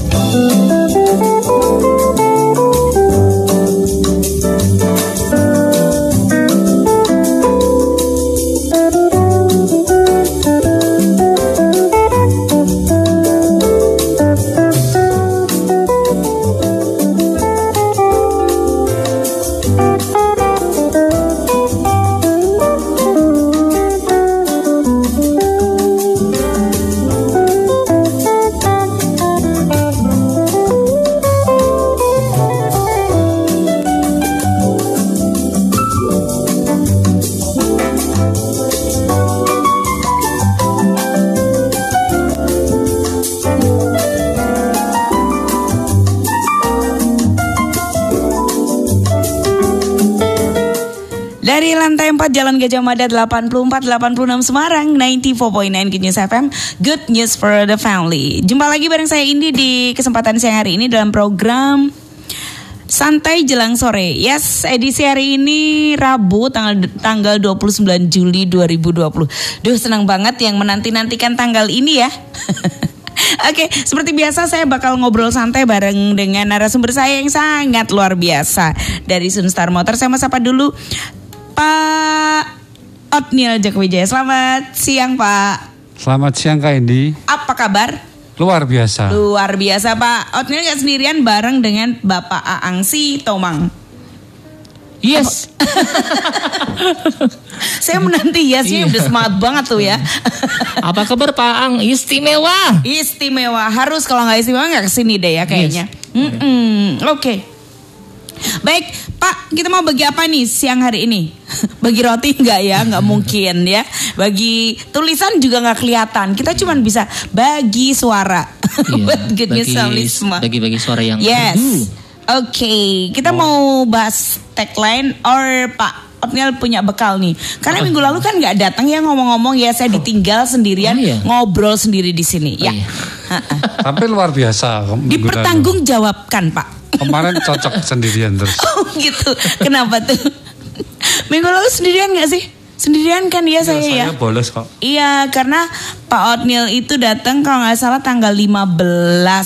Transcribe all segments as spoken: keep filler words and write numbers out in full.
Dari lantai empat Jalan Gajah Mada delapan puluh empat delapan puluh enam Semarang, sembilan puluh empat koma sembilan Good News F M, Good News for the Family. Jumpa lagi bareng saya Indi di kesempatan siang hari ini dalam program Santai Jelang Sore. Yes, edisi hari ini Rabu tanggal tanggal dua puluh sembilan Juli dua ribu dua puluh. Duh, senang banget yang menanti-nantikan tanggal ini ya. Oke, seperti biasa saya bakal ngobrol santai bareng dengan narasumber saya yang sangat luar biasa dari Sunstar Motor. Saya mau sapa dulu Pak Othniel Jakowijaya. Selamat siang Pak. Selamat siang Kak Indi. Apa kabar? Luar biasa. Luar biasa Pak Othniel, gak sendirian, bareng dengan Bapak Aang Si Tomang. Yes. Saya menanti yesnya udah semangat banget tuh ya. Apa kabar Pak Aang? Istimewa. Istimewa. Harus, kalau gak istimewa gak kesini deh ya kayaknya. Yes. Oke okay. Baik Pak, kita mau bagi apa nih siang hari ini? Bagi roti enggak ya? Enggak mungkin ya. Bagi tulisan juga enggak kelihatan. Kita cuma bisa bagi suara. Iya, bagi, bagi-bagi suara yang yes. Oke, okay. Kita oh. mau bahas tagline or Pak Othniel punya bekal nih. Karena oh. minggu lalu kan enggak datang ya, ngomong-ngomong ya, saya ditinggal sendirian oh, iya. ngobrol sendiri di sini. Oh, ya. Iya. Tapi luar biasa. Dipertanggungjawabkan Pak. Kemarin cocok sendirian terus. Oh gitu. Kenapa tuh? Minggu lalu sendirian gak sih? Sendirian kan ya, ya saya, saya ya. Saya bolos kok. Iya, karena Pak Othniel itu datang kalau gak salah tanggal lima belas.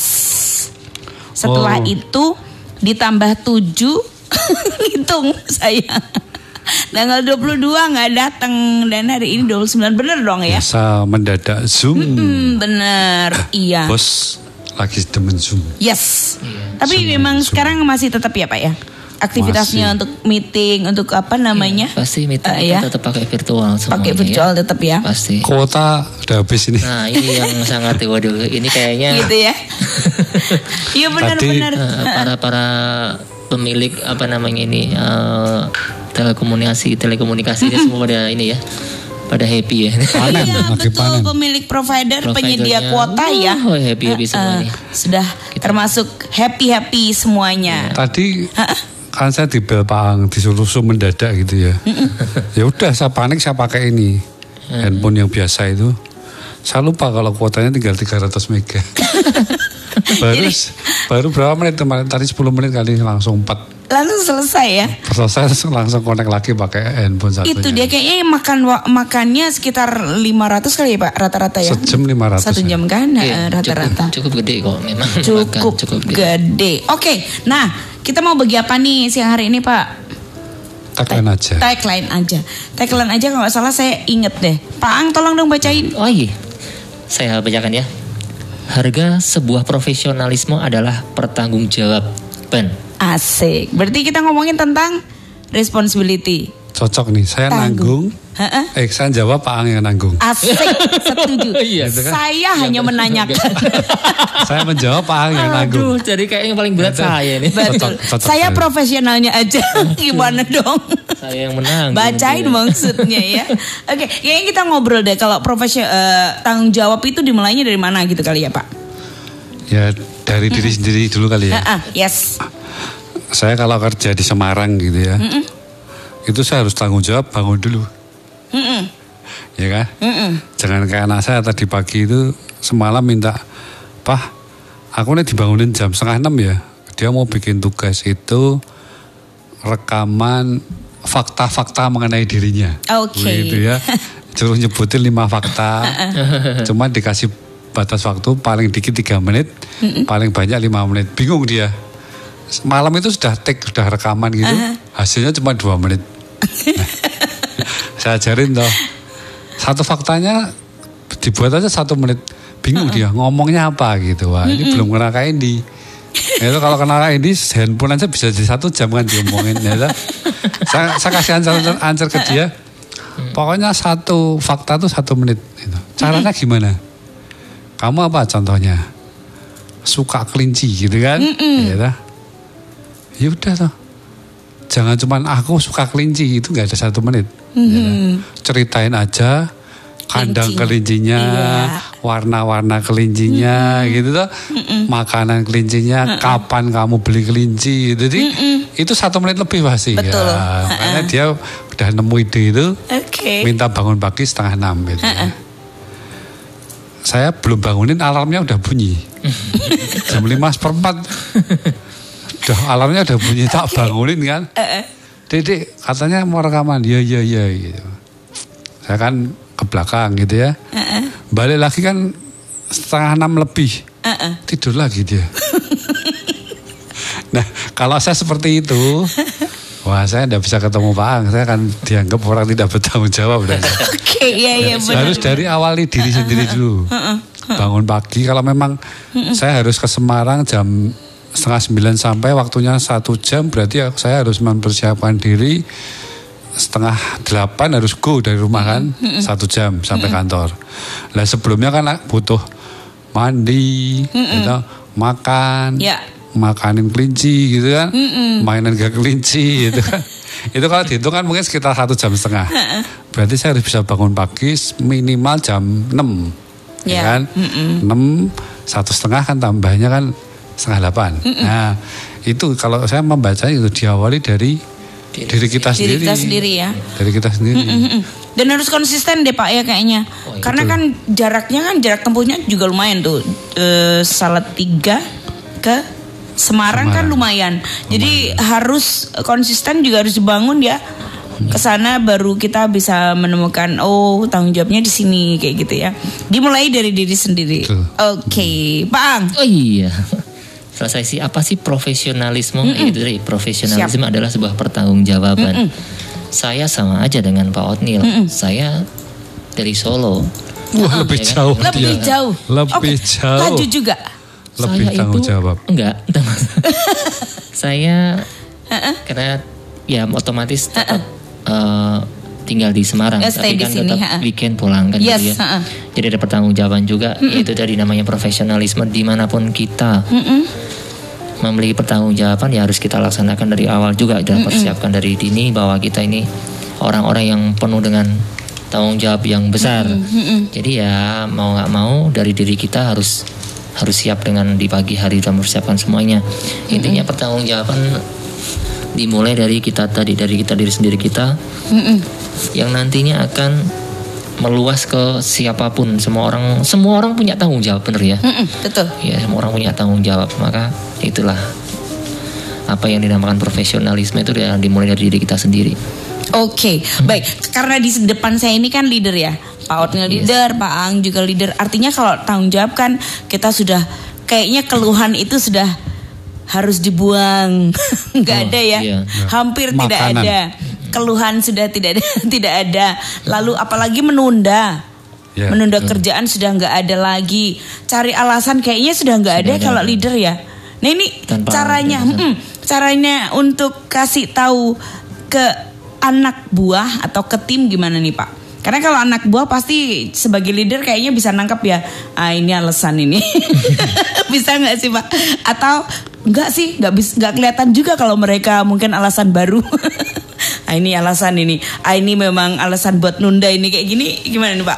Setelah oh. itu ditambah tujuh. Hitung saya. Tanggal dua puluh dua gak datang. Dan hari ini dua puluh sembilan. Bener dong ya? Biasa mendadak Zoom. Hmm, bener, iya. Bos lagi demen Zoom. Yes. Yeah. Tapi Zoom, memang Zoom. Sekarang masih tetap ya Pak ya? Aktivitasnya masih. Untuk meeting, untuk apa namanya? Yeah, pasti meeting uh, ya? Tetap pakai virtual semuanya. Pakai virtual ya? Tetap ya? Pasti. Kuota udah habis ini. Nah ini yang sangat, waduh ini kayaknya. Gitu ya? Iya benar-benar. Uh, para para pemilik apa namanya ini uh, telekomunikasi telekomunikasi semua pada ini ya. Pada happy ya. Panen, iya betul panen. Pemilik provider, penyedia kuota ya. Oh happy happy semua uh, nih. Sudah kita termasuk happy happy semuanya. Ya. Tadi kan saya di bel Pang disuruh mendadak gitu ya. Ya udah saya panik, saya pakai ini hmm. handphone yang biasa itu. Saya lupa kalau kuotanya tinggal tiga ratus mega. baru Jadi, baru berapa menit kemarin? Tadi sepuluh menit kali langsung empat. Langsung selesai ya? Selesai langsung connect lagi pakai handphone satunya. Itu dia kayaknya makan makannya sekitar lima ratus kali ya Pak rata-rata ya? Sejam lima ratus. Satu jam kan ya, rata-rata. Cukup, cukup gede kok memang. Cukup, cukup gede. gede. Oke, nah kita mau bagi apa nih siang hari ini Pak? Tagline aja. Tagline aja. Tagline aja kalau nggak salah saya inget deh. Pak Ang tolong dong bacain. Oh iya, saya bacakan ya. Harga sebuah profesionalisme adalah pertanggungjawaban. Asik. Berarti kita ngomongin tentang responsibility. Cocok nih, saya tanggung. nanggung. Ha-ha? Eh, saya jawab Pak Ang yang nanggung. Asik, setuju. Iya, kan? Saya ya, hanya bener. menanyakan. Saya menjawab Pak Ang yang nanggung. Aduh, jadi kayaknya yang paling berat saya nih. Betul. Cocok, cocok saya, saya profesionalnya aja. Gimana dong? Saya yang menang. Bacain maksudnya ya. Oke, okay, kayaknya kita ngobrol deh kalau profesional uh, tanggung jawab itu dimulainya dari mana gitu kali ya Pak? Ya dari diri mm-hmm. sendiri dulu kali ya. Uh-uh, yes. Saya kalau kerja di Semarang gitu ya, mm-mm. itu saya harus tanggung jawab bangun dulu. Mm-mm. Ya kan? Mm-mm. Jangan kayak anak saya tadi pagi itu semalam minta, Pak, aku nih dibangunin jam setengah enam ya. Dia mau bikin tugas itu rekaman fakta-fakta mengenai dirinya. Oke. Okay. Gitu ya. Suruh nyebutin lima fakta. Cuma dikasih batas waktu paling dikit tiga menit. Mm-mm. Paling banyak lima menit. Bingung dia. Malam itu sudah take, sudah rekaman gitu. Uh-huh. Hasilnya cuma dua menit. Nah, saya ajarin toh. Satu faktanya dibuat aja satu menit. Bingung uh-uh. dia ngomongnya apa gitu. Wah, ini belum kena kain di. Itu kalau kena kain di handphone aja bisa jadi satu jam kan diomongin. Ya, saya, saya kasih answer ke dia. Pokoknya satu fakta tuh satu menit. Gitu. Caranya gimana? Kamu apa contohnya? Suka kelinci gitu kan? Ya, ya udah toh. Jangan cuman aku suka kelinci, itu nggak ada satu menit. Mm-hmm. Ya, ceritain aja kandang kelinci. kelincinya, iya. warna-warna kelincinya, mm-hmm. gitu toh. Mm-hmm. Makanan kelincinya, mm-hmm. kapan kamu beli kelinci. Jadi mm-hmm. itu satu menit lebih pasti. Betul. Ya. Makanya uh-uh. dia udah nemu ide itu, okay. minta bangun pagi setengah enam gitu. Uh-uh. Saya belum bangunin, alarmnya udah bunyi. Jam lima seperempat. Udah alarmnya udah bunyi, tak bangunin kan. Uh-uh. Dedek katanya mau rekaman. Ya ya ya gitu. Saya kan ke belakang gitu ya. Uh-uh. Balik lagi kan setengah enam lebih. Uh-uh. Tidur lagi dia. Nah kalau saya seperti itu, wah saya tidak bisa ketemu Pak Ang. Saya akan dianggap orang tidak bertanggung jawab. Oke okay, iya iya benar. Harus dari awali diri uh-uh. sendiri dulu. Uh-uh. Bangun pagi. Kalau memang uh-uh. saya harus ke Semarang jam setengah sembilan sampai waktunya satu jam, berarti saya harus mempersiapkan diri setengah delapan harus go dari rumah kan, mm-hmm. satu jam sampai mm-hmm. kantor. Lah sebelumnya kan butuh mandi, mm-hmm. gitu, makan, yeah. makanin kelinci gitu kan, mm-hmm. mainan gak kelinci gitu kan. Itu kalau dihitung kan mungkin sekitar satu jam setengah. Berarti saya harus bisa bangun pagi minimal jam enam, yeah. ya kan, mm-hmm. enam satu setengah kan tambahnya kan setengah delapan. Mm-mm. Nah itu kalau saya membaca itu diawali dari diri, diri kita sendiri. Diri kita sendiri ya. Dari kita sendiri. Mm-mm. Dan harus konsisten deh Pak ya kayaknya. Oh, iya. Karena betul. Kan jaraknya kan jarak tempuhnya juga lumayan tuh. E, Salatiga ke Semarang, Semarang kan lumayan. lumayan. Jadi harus konsisten juga harus dibangun ya. Kesana baru kita bisa menemukan oh tanggung jawabnya di sini kayak gitu ya. Dimulai dari diri sendiri. Oke, okay. Pak Ang. Oh iya. Selesai sih apa sih profesionalisme? Mm-mm. Itu dari profesionalisme Siap. adalah sebuah pertanggungjawaban. Mm-mm. Saya sama aja dengan Pak Otniel. Mm-mm. Saya dari Solo. Wah uh, lebih ya kan? jauh. Lebih dia. jauh. Lebih okay. jauh. Laju juga. Lebih saya tanggung itu, jawab. Enggak. Saya uh-uh. karena ya otomatis tetap uh-uh. uh, tinggal di Semarang, yes, tapi kan sini, tetap ha. weekend pulang kan yes, gitu ya. Ha. Jadi ada pertanggungjawaban juga, mm-mm. yaitu dari namanya profesionalisme dimanapun kita mm-mm. memiliki pertanggungjawaban ya harus kita laksanakan dari awal juga dan persiapkan dari dini bahwa kita ini orang-orang yang penuh dengan tanggung jawab yang besar. Mm-mm. Jadi ya mau nggak mau dari diri kita harus harus siap dengan di pagi hari dan mempersiapkan semuanya. Mm-mm. Intinya pertanggungjawaban dimulai dari kita tadi dari kita diri sendiri kita. Mm-mm. Yang nantinya akan meluas ke siapapun. Semua orang semua orang punya tanggung jawab, bener ya? Mm-mm, betul. Ya, semua orang punya tanggung jawab. Maka itulah apa yang dinamakan profesionalisme itu ya dimulai dari diri kita sendiri. Oke, okay. hmm. baik. Karena di depan saya ini kan leader ya, Pak Otniel yes. leader, Pak Ang juga leader. Artinya kalau tanggung jawab kan kita sudah kayaknya keluhan itu sudah harus dibuang, nggak oh, ada ya, iya. hampir Makanan. tidak ada. Keluhan sudah tidak ada, tidak ada. Lalu apalagi menunda, yeah, menunda betul. kerjaan sudah nggak ada lagi. Cari alasan kayaknya sudah nggak ada, ada kalau ada. leader ya. Nah ini Tanpa caranya, hmm, caranya untuk kasih tahu ke anak buah atau ke tim gimana nih Pak? Karena kalau anak buah pasti sebagai leader kayaknya bisa nangkap ya. Ah ini alasan ini, bisa nggak sih Pak? Atau enggak sih, nggak bisa, nggak kelihatan juga kalau mereka mungkin alasan baru. Ah ini alasan ini, ah ini memang alasan buat nunda ini kayak gini, gimana nih Pak?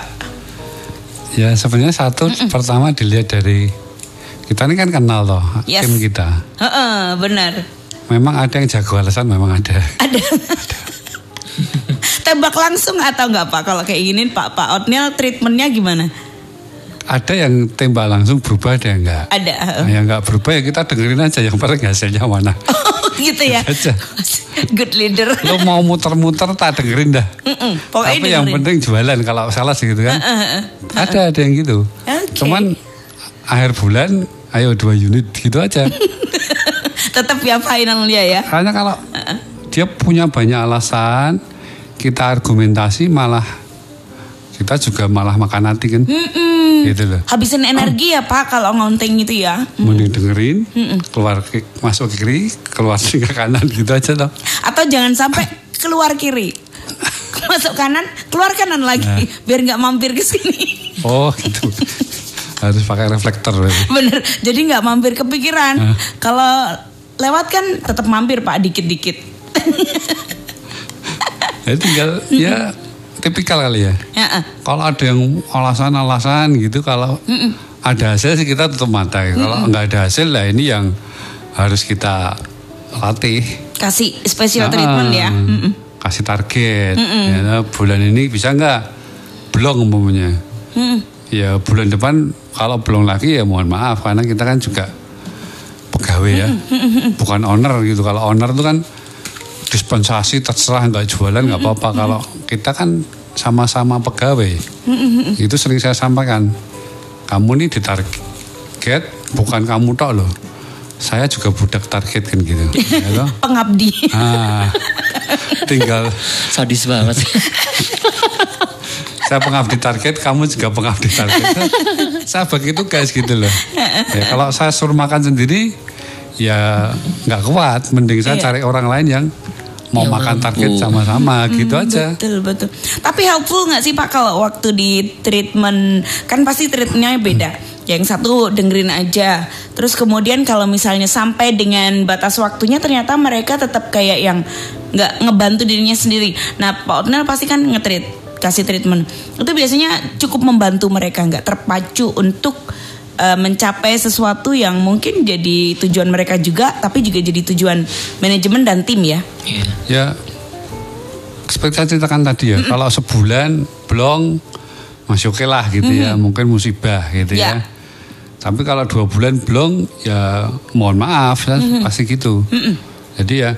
Ya sebenarnya satu Mm-mm. pertama dilihat dari kita ini kan kenal loh yes. tim kita. Heeh, benar. Memang ada yang jago alasan, memang ada. Ada. ada. Tembak langsung atau enggak Pak? Kalau kayak gini Pak Pak Otniel treatmentnya gimana? Ada yang tembak langsung berubah, ada yang enggak. Ada. Nah, yang enggak berubah ya kita dengerin aja yang paling hasilnya mana. Oh gitu ya. Aja. Good leader. Lo mau muter-muter tak dengerin dah. Mm-mm, pokoknya tapi dengerin. Yang penting jualan kalau salah sih gitu kan. Uh, uh, uh, uh. Ada ada yang gitu. Okay. Cuman akhir bulan ayo dua unit gitu aja. Tetap ya finalnya ya. Karena kalau uh-uh. dia punya banyak alasan, kita argumentasi malah kita juga malah makan hati kan. Mm-mm. Gitu loh. Habisin energi ya Pak kalau ngonting itu ya. Mending dengerin, Mm-mm. keluar masuk kiri, keluar ke kanan gitu aja toh. Atau jangan sampai keluar kiri. Masuk kanan, keluar kanan lagi, nah. biar nggak mampir ke sini. Oh gitu, harus pakai reflektor. Bener, jadi nggak mampir kepikiran. Nah. Kalau lewat kan tetap mampir Pak, dikit-dikit. Jadi tinggal ya tipikal kali ya. Ya uh. Kalau ada yang alasan-alasan gitu, kalau Mm-mm. ada hasil sih kita tutup mata. Mm-mm. Kalau nggak ada hasil lah ini yang harus kita latih. Kasih special nah, treatment ya. Mm-mm. Kasih target, ya, bulan ini bisa nggak belum umpamanya, mm. ya bulan depan kalau belum lagi ya mohon maaf karena kita kan juga pegawai ya, mm. bukan owner gitu. Kalau owner itu kan dispensasi terserah nggak jualan nggak mm. apa-apa. Kalau kita kan sama-sama pegawai, mm. itu sering saya sampaikan, kamu nih ditarget bukan kamu tok loh. Saya juga budak target kan gitu. Ya, pengabdi. Ah, tinggal sadis banget. Saya pengabdi target, kamu juga pengabdi target. Saya begitu guys gitu loh. Ya, kalau saya suruh makan sendiri, ya nggak kuat. Mending saya iya. cari orang lain yang mau ya, makan target sama-sama hmm, gitu aja. Betul betul. Tapi helpful nggak sih Pak kalau waktu di treatment, kan pasti treatmentnya beda. Hmm. Yang satu dengerin aja. Terus kemudian kalau misalnya sampai dengan batas waktunya ternyata mereka tetap kayak yang nggak ngebantu dirinya sendiri. Nah Pak Otnel pasti kan nge-treat, kasih treatment. Itu biasanya cukup membantu mereka nggak terpacu untuk uh, mencapai sesuatu yang mungkin jadi tujuan mereka juga, tapi juga jadi tujuan manajemen dan tim ya. Yeah. Ya, seperti saya ceritakan tadi ya. Mm-mm. Kalau sebulan belum masih oke lah gitu mm-hmm. ya, mungkin musibah gitu yeah. ya. Tapi kalau dua bulan belum, ya mohon maaf, ya, mm-hmm. pasti gitu. Mm-hmm. Jadi ya,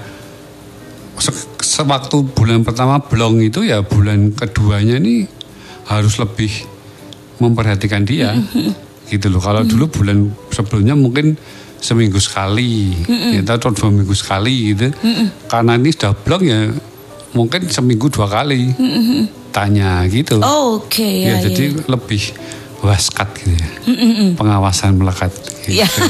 se- sewaktu bulan pertama belum itu ya bulan keduanya nih harus lebih memperhatikan dia, mm-hmm. gitu loh. Kalau mm-hmm. dulu bulan sebelumnya mungkin seminggu sekali, mm-hmm. ya, atau dua minggu sekali gitu. Mm-hmm. Karena ini sudah belum ya, mungkin seminggu dua kali mm-hmm. tanya gitu. Oh, oke okay, ya, ya. Jadi ya. Lebih waskat gitu ya. Mm-mm. Pengawasan melekat gitu. Ya.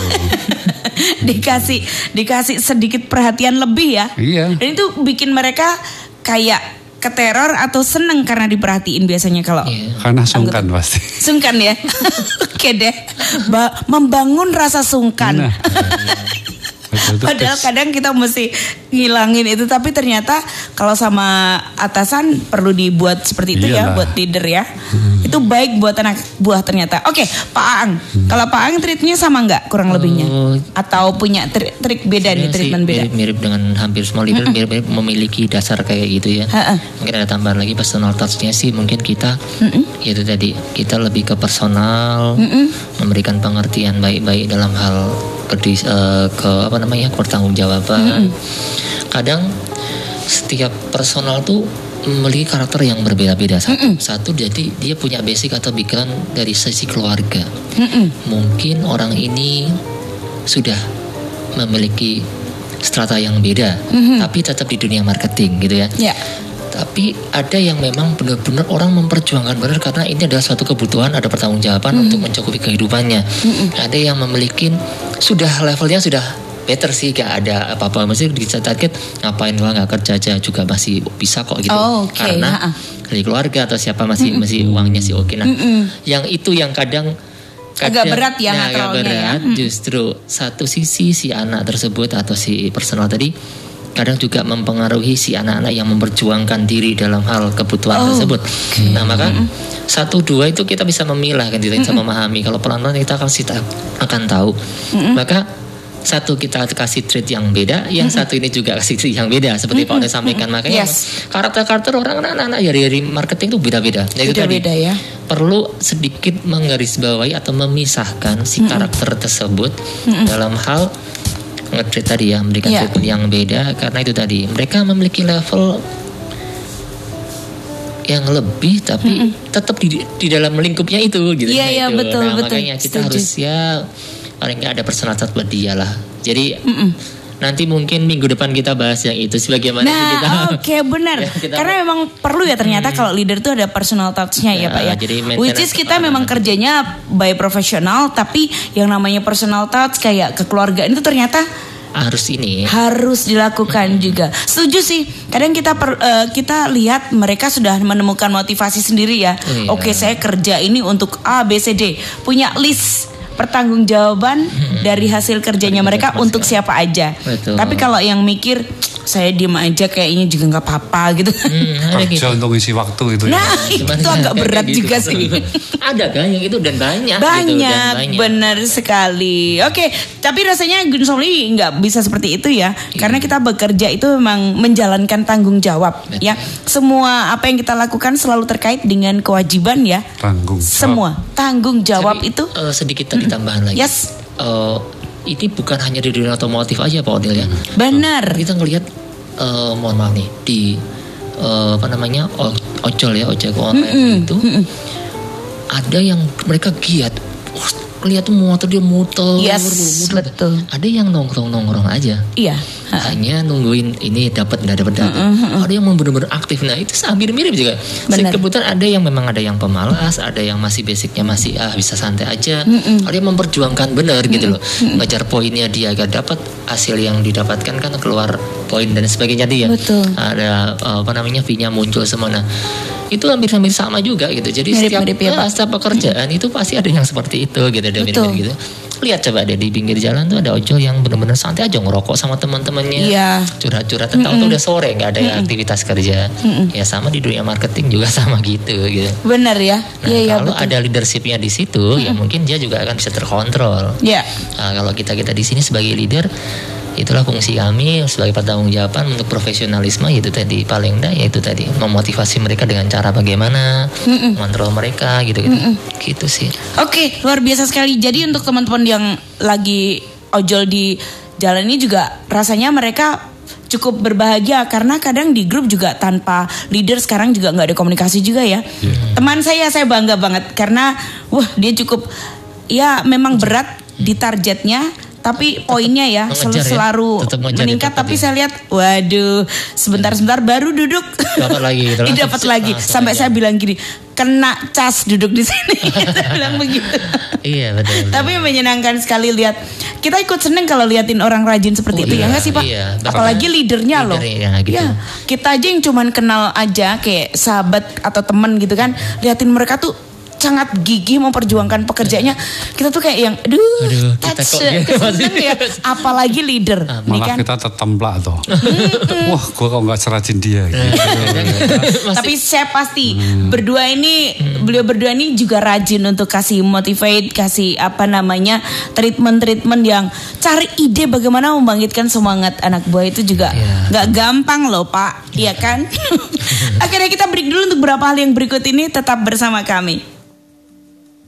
dikasih dikasih sedikit perhatian lebih ya. Iya. Dan itu bikin mereka kayak keteror atau seneng karena diperhatiin biasanya kalau iya. Karena sungkan pasti. Sungkan ya. Oke deh. Ba- membangun rasa sungkan. Nah, betul, padahal betul. Kadang kita mesti ngilangin itu, tapi ternyata kalau sama atasan perlu dibuat seperti itu. Iyalah. Ya buat leader ya. Hmm. Itu baik buat anak buah ternyata. Oke, Pak Aang. Hmm. Kalau Pak Aang treatnya sama nggak kurang lebihnya? Uh, Atau punya trik, trik beda nih, treatment beda? Mirip-mirip dengan hampir semua leader, mirip-mirip memiliki dasar kayak gitu ya. Ha-ha. Mungkin ada tambahan lagi personal touch-nya sih, mungkin kita Mm-mm. itu tadi kita lebih ke personal, Mm-mm. memberikan pengertian baik-baik dalam hal ke, uh, ke apa namanya pertanggungjawaban. Mm-mm. Kadang setiap personal tuh memiliki karakter yang berbeda-beda. Satu, Mm-mm. satu jadi dia punya basic atau background dari sisi keluarga. Mm-mm. Mungkin orang ini sudah memiliki strata yang beda, mm-hmm. tapi tetap di dunia marketing gitu ya. Yeah. Tapi ada yang memang benar-benar orang memperjuangkan benar karena ini adalah suatu kebutuhan, ada pertanggungjawaban mm-hmm. untuk mencukupi kehidupannya. Mm-hmm. Ada yang memiliki sudah levelnya sudah better sih, gak ada apa-apa, mesti di target ngapain lah nggak kerja aja juga masih bisa kok gitu. Oh, okay. Karena dari keluarga atau siapa masih mm-hmm. masih uangnya sih oke. Nah, mm-hmm. yang itu yang kadang, kadang agak berat ya, nah, agak berat. Ya. Justru satu sisi si anak tersebut atau si personal tadi kadang juga mempengaruhi si anak-anak yang memperjuangkan diri dalam hal kebutuhan oh, tersebut. Okay. Nah maka mm-hmm. satu dua itu kita bisa memilah kan, kita bisa mm-hmm. memahami. Kalau pelan-pelan kita akan akan tahu. Mm-hmm. Maka satu kita kasih treat yang beda, yang mm-hmm. satu ini juga kasih treat yang beda seperti mm-hmm. Pak Oda sampaikan. Makanya yes. karakter-karakter orang anak-anak dari marketing itu beda-beda. Nah, itu tadi beda ya. Perlu sedikit menggarisbawahi atau memisahkan si mm-hmm. karakter tersebut mm-hmm. dalam hal nge-treat tadi ya, memberikan yeah. treatment yang beda karena itu tadi mereka memiliki level yang lebih tapi mm-hmm. tetap di, di dalam lingkupnya itu gitu. Iya yeah, iya yeah, betul nah, betul. Makanya kita Setuju. harus ya paling nggak ada personal touch buat dia lah. Jadi Mm-mm. nanti mungkin minggu depan kita bahas yang itu sebagaimana Nah, kita. oke okay, benar. Ya, kita- Karena memang perlu ya ternyata kalau leader tuh ada personal touch-nya ya, Ya, Pak ya. jadi Which is maintenance kita apa- memang kerjanya by profesional, tapi yang namanya personal touch kayak kekeluargaan itu ternyata harus ini. harus dilakukan juga. Setuju sih. Kadang kita per, eh, kita lihat mereka sudah menemukan motivasi sendiri ya. Iya. Oke, saya kerja ini untuk A B C D. Punya list pertanggungjawaban dari hasil kerjanya mereka untuk siapa aja. Betul. Tapi kalau yang mikir saya diem aja kayaknya juga nggak apa-apa gitu. Hmm, ada Kerja gitu. untuk isi waktu itu. Nah, ya. Cuman itu agak kayak berat gitu. juga sih. Ada kan yang itu dan banyak. gitu, Banyak, dan banyak. benar sekali. Oke, tapi rasanya Gun Somli nggak bisa seperti itu ya, karena kita bekerja itu memang menjalankan tanggung jawab, ya. Semua apa yang kita lakukan selalu terkait dengan kewajiban ya. Tanggung jawab. Semua tanggung jawab Tapi, itu. eh, sedikit tadi tambahan lagi. Yes, Eh, ini bukan hanya di dunia otomotif aja Pak Odil ya. benar. Kita ngelihat, eh, mohon maaf nih, di eh, apa namanya o- ojol ya, ojek online itu ada yang mereka giat. Wah, lihat tuh motor dia muter, Yes, muter. betul. Ada yang nongkrong-nongkrong aja. Iya. Hanya nungguin ini dapat nggak dapat dapat. Ada yang benar-benar aktif. Nah itu hampir mirip juga. Benar. Kebetulan ada yang memang ada yang pemalas, ada yang masih basicnya masih ah bisa santai aja. Ada yang memperjuangkan benar gitu loh. Ngejar poinnya dia agar dapat hasil yang didapatkan kan keluar poin dan sebagainya dia. Betul. Ada eh, apa namanya V-nya muncul semua. Nah itu hampir-hampir sama juga gitu. Jadi setiap, Mirip-mirip ya, ah, Pak. setiap pekerjaan itu pasti ada yang seperti itu gitu. Ada Betul. mirip-mirip gitu. Lihat coba deh di pinggir jalan tuh ada ojol yang benar-benar santai aja ngerokok sama teman-temannya, Iya. curhat-curhat tentang tuh udah sore nggak ada aktivitas kerja. Ya sama di dunia marketing juga sama gitu gitu. Benar ya. Nah, Iya, iya, kalau betul. ada leadershipnya di situ, ya mungkin dia juga akan bisa terkontrol. Ya. Nah, kalau kita kita di sini sebagai leader, itulah fungsi kami sebagai pertanggungjawaban untuk profesionalisme itu tadi paling enggak yaitu tadi memotivasi mereka dengan cara bagaimana, mengontrol mereka gitu gitu. Gitu sih. Oke, luar biasa sekali. Jadi untuk teman-teman yang lagi ojol di jalan ini juga rasanya mereka cukup berbahagia karena kadang di grup juga tanpa leader sekarang juga nggak ada komunikasi juga ya. Teman saya saya bangga banget karena wah dia cukup ya memang berat di targetnya. Tapi poinnya ya selalu, mengejar ya, selalu tetap mengejar meningkat. dapat Tapi ya. saya lihat, waduh, sebentar-sebentar baru duduk, Dapat lagi, Ih, dapat langsung- lagi. langsung Sampai aja. saya bilang gini, kena cas duduk di sini. Saya bilang begitu. Iya betul. betul. Tapi menyenangkan sekali lihat. Kita ikut seneng kalau liatin orang rajin seperti Oh, itu iya, ya nggak sih Pak? iya. Apalagi leadernya loh. Leadernya, gitu. Ya, kita aja yang cuman kenal aja kayak sahabat atau teman gitu kan. Liatin mereka tuh sangat gigih memperjuangkan pekerjaannya. Kita tuh kayak yang aduh, Aduh, kita touch, kok gitu seneng ya. Apalagi leader. Ah, nih Malah kan. kita tertemplak tuh. Wah, gue kok nggak serajin dia. Gitu. Masih- Tapi saya pasti Hmm. berdua ini beliau berdua ini juga rajin untuk kasih motivate, kasih apa namanya treatment-treatment yang cari ide bagaimana membangkitkan semangat anak buah itu juga Iya. nggak gampang loh Pak, iya kan? Akhirnya kita break dulu untuk beberapa hal yang berikut ini, tetap bersama kami.